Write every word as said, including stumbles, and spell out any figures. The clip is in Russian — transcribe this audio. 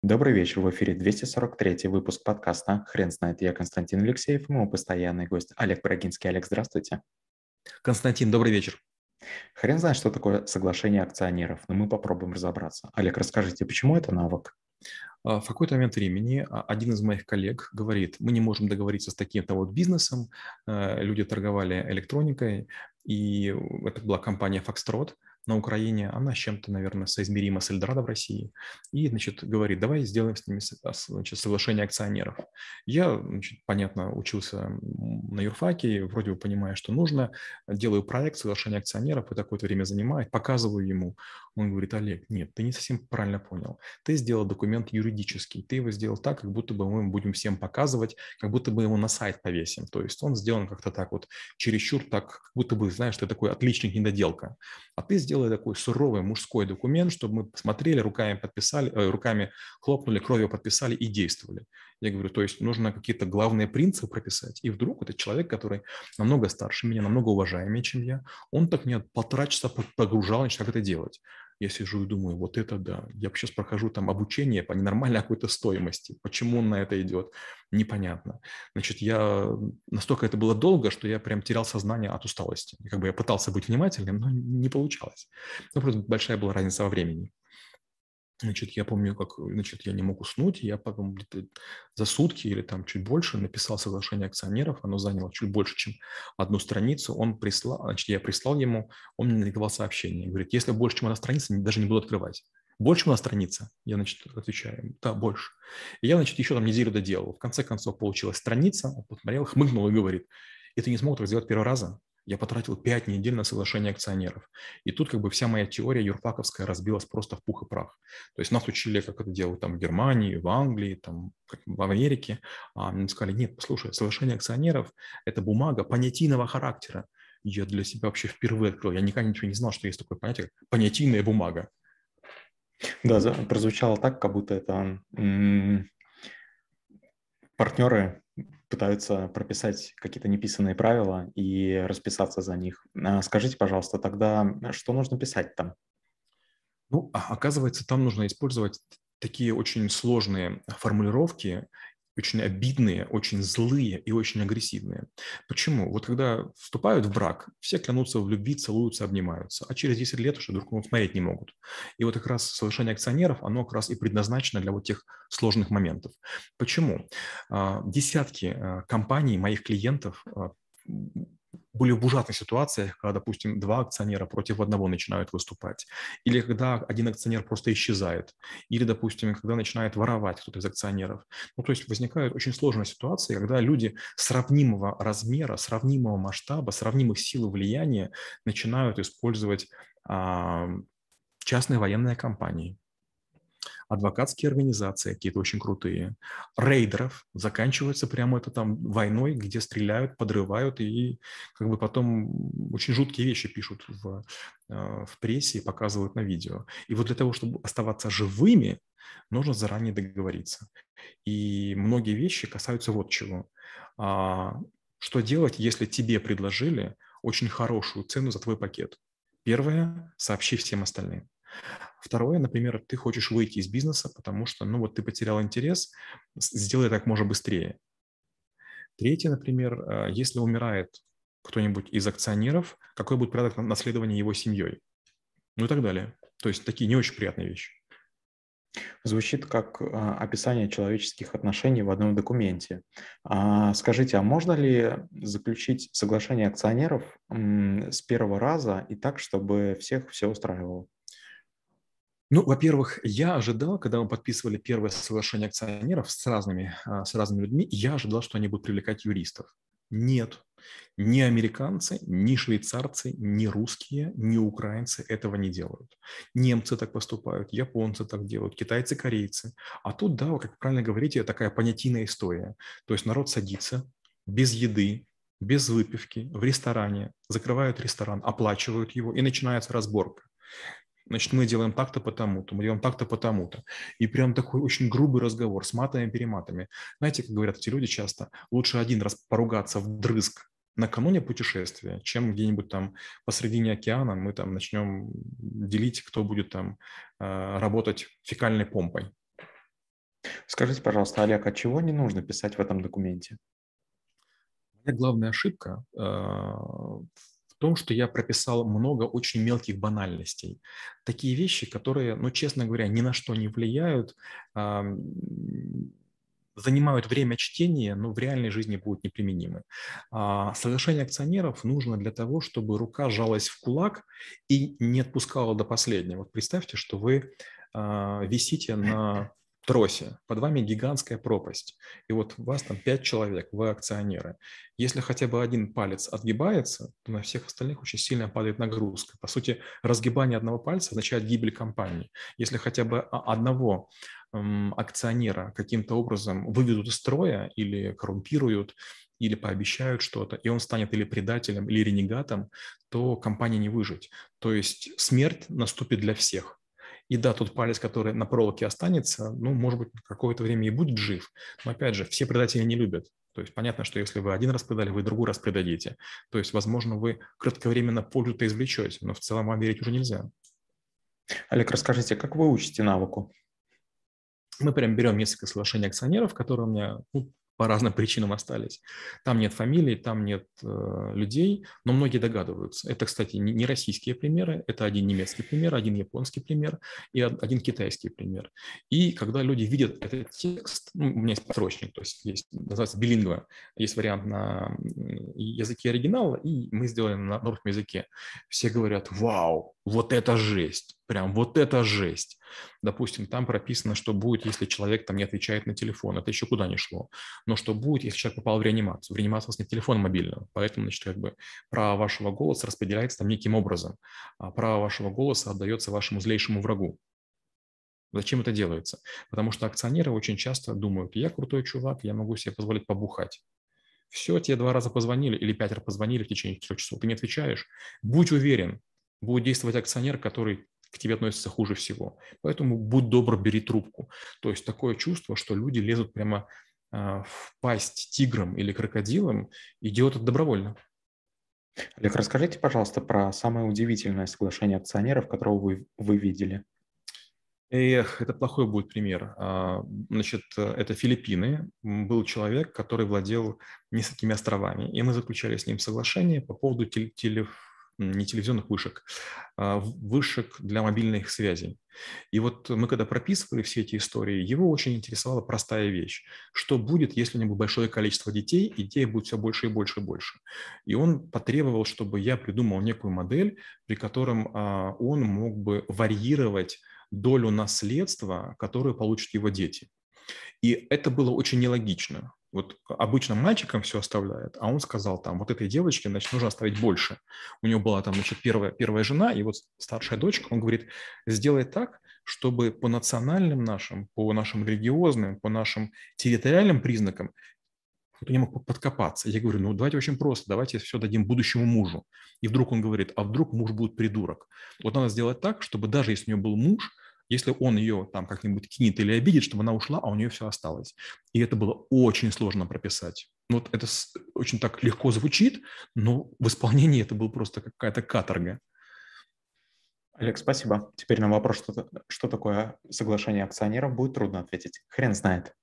Добрый вечер, в эфире двести сорок третий выпуск подкаста «Хрен знает». Я Константин Алексеев и мой постоянный гость Олег Брагинский. Олег, здравствуйте. Константин, добрый вечер. Хрен знает, что такое соглашение акционеров, но мы попробуем разобраться. Олег, расскажите, почему это навык? А, В какой-то момент времени а, один из моих коллег говорит, мы не можем договориться с таким-то вот бизнесом. Э, Люди торговали электроникой, и это была компания Foxtrot на Украине. Она с чем-то, наверное, соизмерима с Эльдорадо в России. И, значит, говорит, давай сделаем с ними с- а, с- значит, соглашение акционеров. Я, значит, понятно, учился м, на юрфаке, вроде бы понимаю, что нужно. Делаю проект соглашения акционеров, это какое-то время занимает, показываю ему. Он говорит, Олег, нет, ты не совсем правильно понял. Ты сделал документ юридический, ты его сделал так, как будто бы мы будем всем показывать, как будто бы его на сайт повесим. То есть он сделан как-то так вот, чересчур так, как будто бы, знаешь, ты такой отличник, недоделка. А ты сделай такой суровый мужской документ, чтобы мы посмотрели, руками подписали, э, руками хлопнули, кровью подписали и действовали. Я говорю, то есть нужно какие-то главные принципы прописать. И вдруг этот человек, который намного старше меня, намного уважаемее, чем я, он так мне полтора часа погружал, значит, как это делать. Я сижу и думаю, вот это да. Я сейчас прохожу там обучение по ненормальной какой-то стоимости. Почему он на это идет? Непонятно. Значит, я настолько это было долго, что я прям терял сознание от усталости. И как бы я пытался быть внимательным, но не получалось. Ну, просто большая была разница во времени. Значит, я помню, как, значит, я не мог уснуть, я потом где-то за сутки или там чуть больше написал соглашение акционеров, оно заняло чуть больше, чем одну страницу, он прислал, значит, я прислал ему, он мне надиктовал сообщение, говорит, если больше, чем одна страница, даже не буду открывать. Больше, чем одна страница? Я, значит, отвечаю, да, больше. И я, значит, еще там неделю доделал. В конце концов получилась страница, он посмотрел, хмыкнул и говорит, и ты не смог так сделать первый раза? Я потратил пять недель на соглашение акционеров. И тут как бы вся моя теория юрфаковская разбилась просто в пух и прах. То есть нас учили, как это делают там в Германии, в Англии, там, как в Америке. А мне сказали, нет, послушай, соглашение акционеров – это бумага понятийного характера. Я для себя вообще впервые открыл. Я никогда ничего не знал, что есть такое понятие, как понятийная бумага. Да, за- прозвучало так, как будто это м, партнеры пытаются прописать какие-то неписанные правила и расписаться за них. А скажите, пожалуйста, тогда что нужно писать там? Ну, а оказывается, там нужно использовать такие очень сложные формулировки, очень обидные, очень злые и очень агрессивные. Почему? Вот когда вступают в брак, все клянутся в любви, целуются, обнимаются, а через десять лет уже друг друга смотреть не могут. И вот как раз соглашение акционеров, оно как раз и предназначено для вот тех сложных моментов. Почему? А, Десятки а, компаний, моих клиентов, а, были в ужасных ситуациях, когда, допустим, два акционера против одного начинают выступать, или когда один акционер просто исчезает, или, допустим, когда начинает воровать кто-то из акционеров. Ну, то есть возникают очень сложные ситуации, когда люди сравнимого размера, сравнимого масштаба, сравнимых сил и влияния начинают использовать а, частные военные компании, адвокатские организации какие-то очень крутые, рейдеров, заканчивается прямо это там войной, где стреляют, подрывают и как бы потом очень жуткие вещи пишут в, э, в прессе и показывают на видео. И вот для того, чтобы оставаться живыми, нужно заранее договориться. И многие вещи касаются вот чего. А, Что делать, если тебе предложили очень хорошую цену за твой пакет? Первое – сообщи всем остальным. Второе, например, ты хочешь выйти из бизнеса, потому что, ну вот ты потерял интерес, сделай так можно быстрее. Третье, например, э, если умирает кто-нибудь из акционеров, какой будет порядок наследования его семьей? Ну и так далее. То есть такие не очень приятные вещи. Звучит как а, описание человеческих отношений в одном документе. А, скажите, а можно ли заключить соглашение акционеров м, с первого раза и так, чтобы всех все устраивало? Ну, во-первых, я ожидал, когда мы подписывали первое соглашение акционеров с разными, а, с разными людьми, я ожидал, что они будут привлекать юристов. Нет. Ни американцы, ни швейцарцы, ни русские, ни украинцы этого не делают. Немцы так поступают, японцы так делают, китайцы, корейцы. А тут, да, как правильно говорите, такая понятийная история. То есть народ садится без еды, без выпивки, в ресторане, закрывают ресторан, оплачивают его, и начинается разборка. Значит, мы делаем так-то потому-то, мы делаем так-то потому-то. И прям такой очень грубый разговор с матами-перематами. Знаете, как говорят эти люди часто, лучше один раз поругаться вдрызг накануне путешествия, чем где-нибудь там посредине океана мы там начнем делить, кто будет там э, работать фекальной помпой. Скажите, пожалуйста, Олег, а чего не нужно писать в этом документе? Моя главная ошибка э, в том, что я прописал много очень мелких банальностей. Такие вещи, которые, ну, честно говоря, ни на что не влияют, а, м, занимают время чтения, но в реальной жизни будут неприменимы. А, Соглашение акционеров нужно для того, чтобы рука сжалась в кулак и не отпускала до последнего. Вот представьте, что вы а, висите на тросе, под вами гигантская пропасть, и вот у вас там пять человек, вы акционеры. Если хотя бы один палец отгибается, то на всех остальных очень сильно падает нагрузка. По сути, разгибание одного пальца означает гибель компании. Если хотя бы одного акционера каким-то образом выведут из строя или коррумпируют, или пообещают что-то, и он станет или предателем, или ренегатом, то компании не выжить. То есть смерть наступит для всех. И да, тот палец, который на проволоке останется, ну, может быть, какое-то время и будет жив. Но опять же, все предатели не любят. То есть понятно, что если вы один раз предали, вы другой раз предадите. То есть, возможно, вы кратковременно пользу-то извлечете, но в целом вам верить уже нельзя. Олег, расскажите, как вы учите навыку? Мы прям берем несколько соглашений акционеров, которые у меня, ну, по разным причинам остались. Там нет фамилий, там нет э, людей, но многие догадываются. Это, кстати, не, не российские примеры, это один немецкий пример, один японский пример и один китайский пример. И когда люди видят этот текст, ну, у меня есть подсрочник, то есть есть, называется билингва, есть вариант на языке оригинала, и мы сделали на русском языке. Все говорят: вау, вот это жесть, прям вот это жесть. Допустим, там прописано, что будет, если человек там не отвечает на телефон. Это еще куда ни шло. Но что будет, если человек попал в реанимацию? В реанимации у вас нет телефона мобильного, поэтому, значит, как бы право вашего голоса распределяется там неким образом. А право вашего голоса отдается вашему злейшему врагу. Зачем это делается? Потому что акционеры очень часто думают: я крутой чувак, я могу себе позволить побухать. Все, тебе два раза позвонили или пять раз позвонили в течение трех часов, ты не отвечаешь. Будь уверен, будет действовать акционер, который к тебе относится хуже всего. Поэтому будь добр, бери трубку. То есть такое чувство, что люди лезут прямо э, в пасть тиграм или крокодилам, и делают это добровольно. Олег, расскажите, пожалуйста, про самое удивительное соглашение акционеров, которого вы, вы видели. Эх, это плохой будет пример. А, Значит, это Филиппины. Был человек, который владел несколькими островами, и мы заключали с ним соглашение по поводу теле, теле- не телевизионных вышек, а вышек для мобильных связей. И вот мы когда прописывали все эти истории, его очень интересовала простая вещь. Что будет, если у него большое количество детей, и детей будет все больше и больше и больше. И он потребовал, чтобы я придумал некую модель, при котором а, он мог бы варьировать долю наследства, которую получат его дети. И это было очень нелогично. Вот обычно мальчикам все оставляют, а он сказал там: вот этой девочке, значит, нужно оставить больше. У него была там, значит, первая, первая жена, и вот старшая дочка, он говорит: сделай так, чтобы по национальным нашим, по нашим религиозным, по нашим территориальным признакам кто-то не мог подкопаться. Я говорю: ну, давайте очень просто, давайте все дадим будущему мужу. И вдруг он говорит: а вдруг муж будет придурок? Вот надо сделать так, чтобы даже если у нее был муж, если он ее там как-нибудь кинет или обидит, чтобы она ушла, а у нее все осталось. И это было очень сложно прописать. Вот это очень так легко звучит, но в исполнении это была просто какая-то каторга. Олег, спасибо. Теперь на вопрос, что, что такое соглашение акционеров, будет трудно ответить. Хрен знает.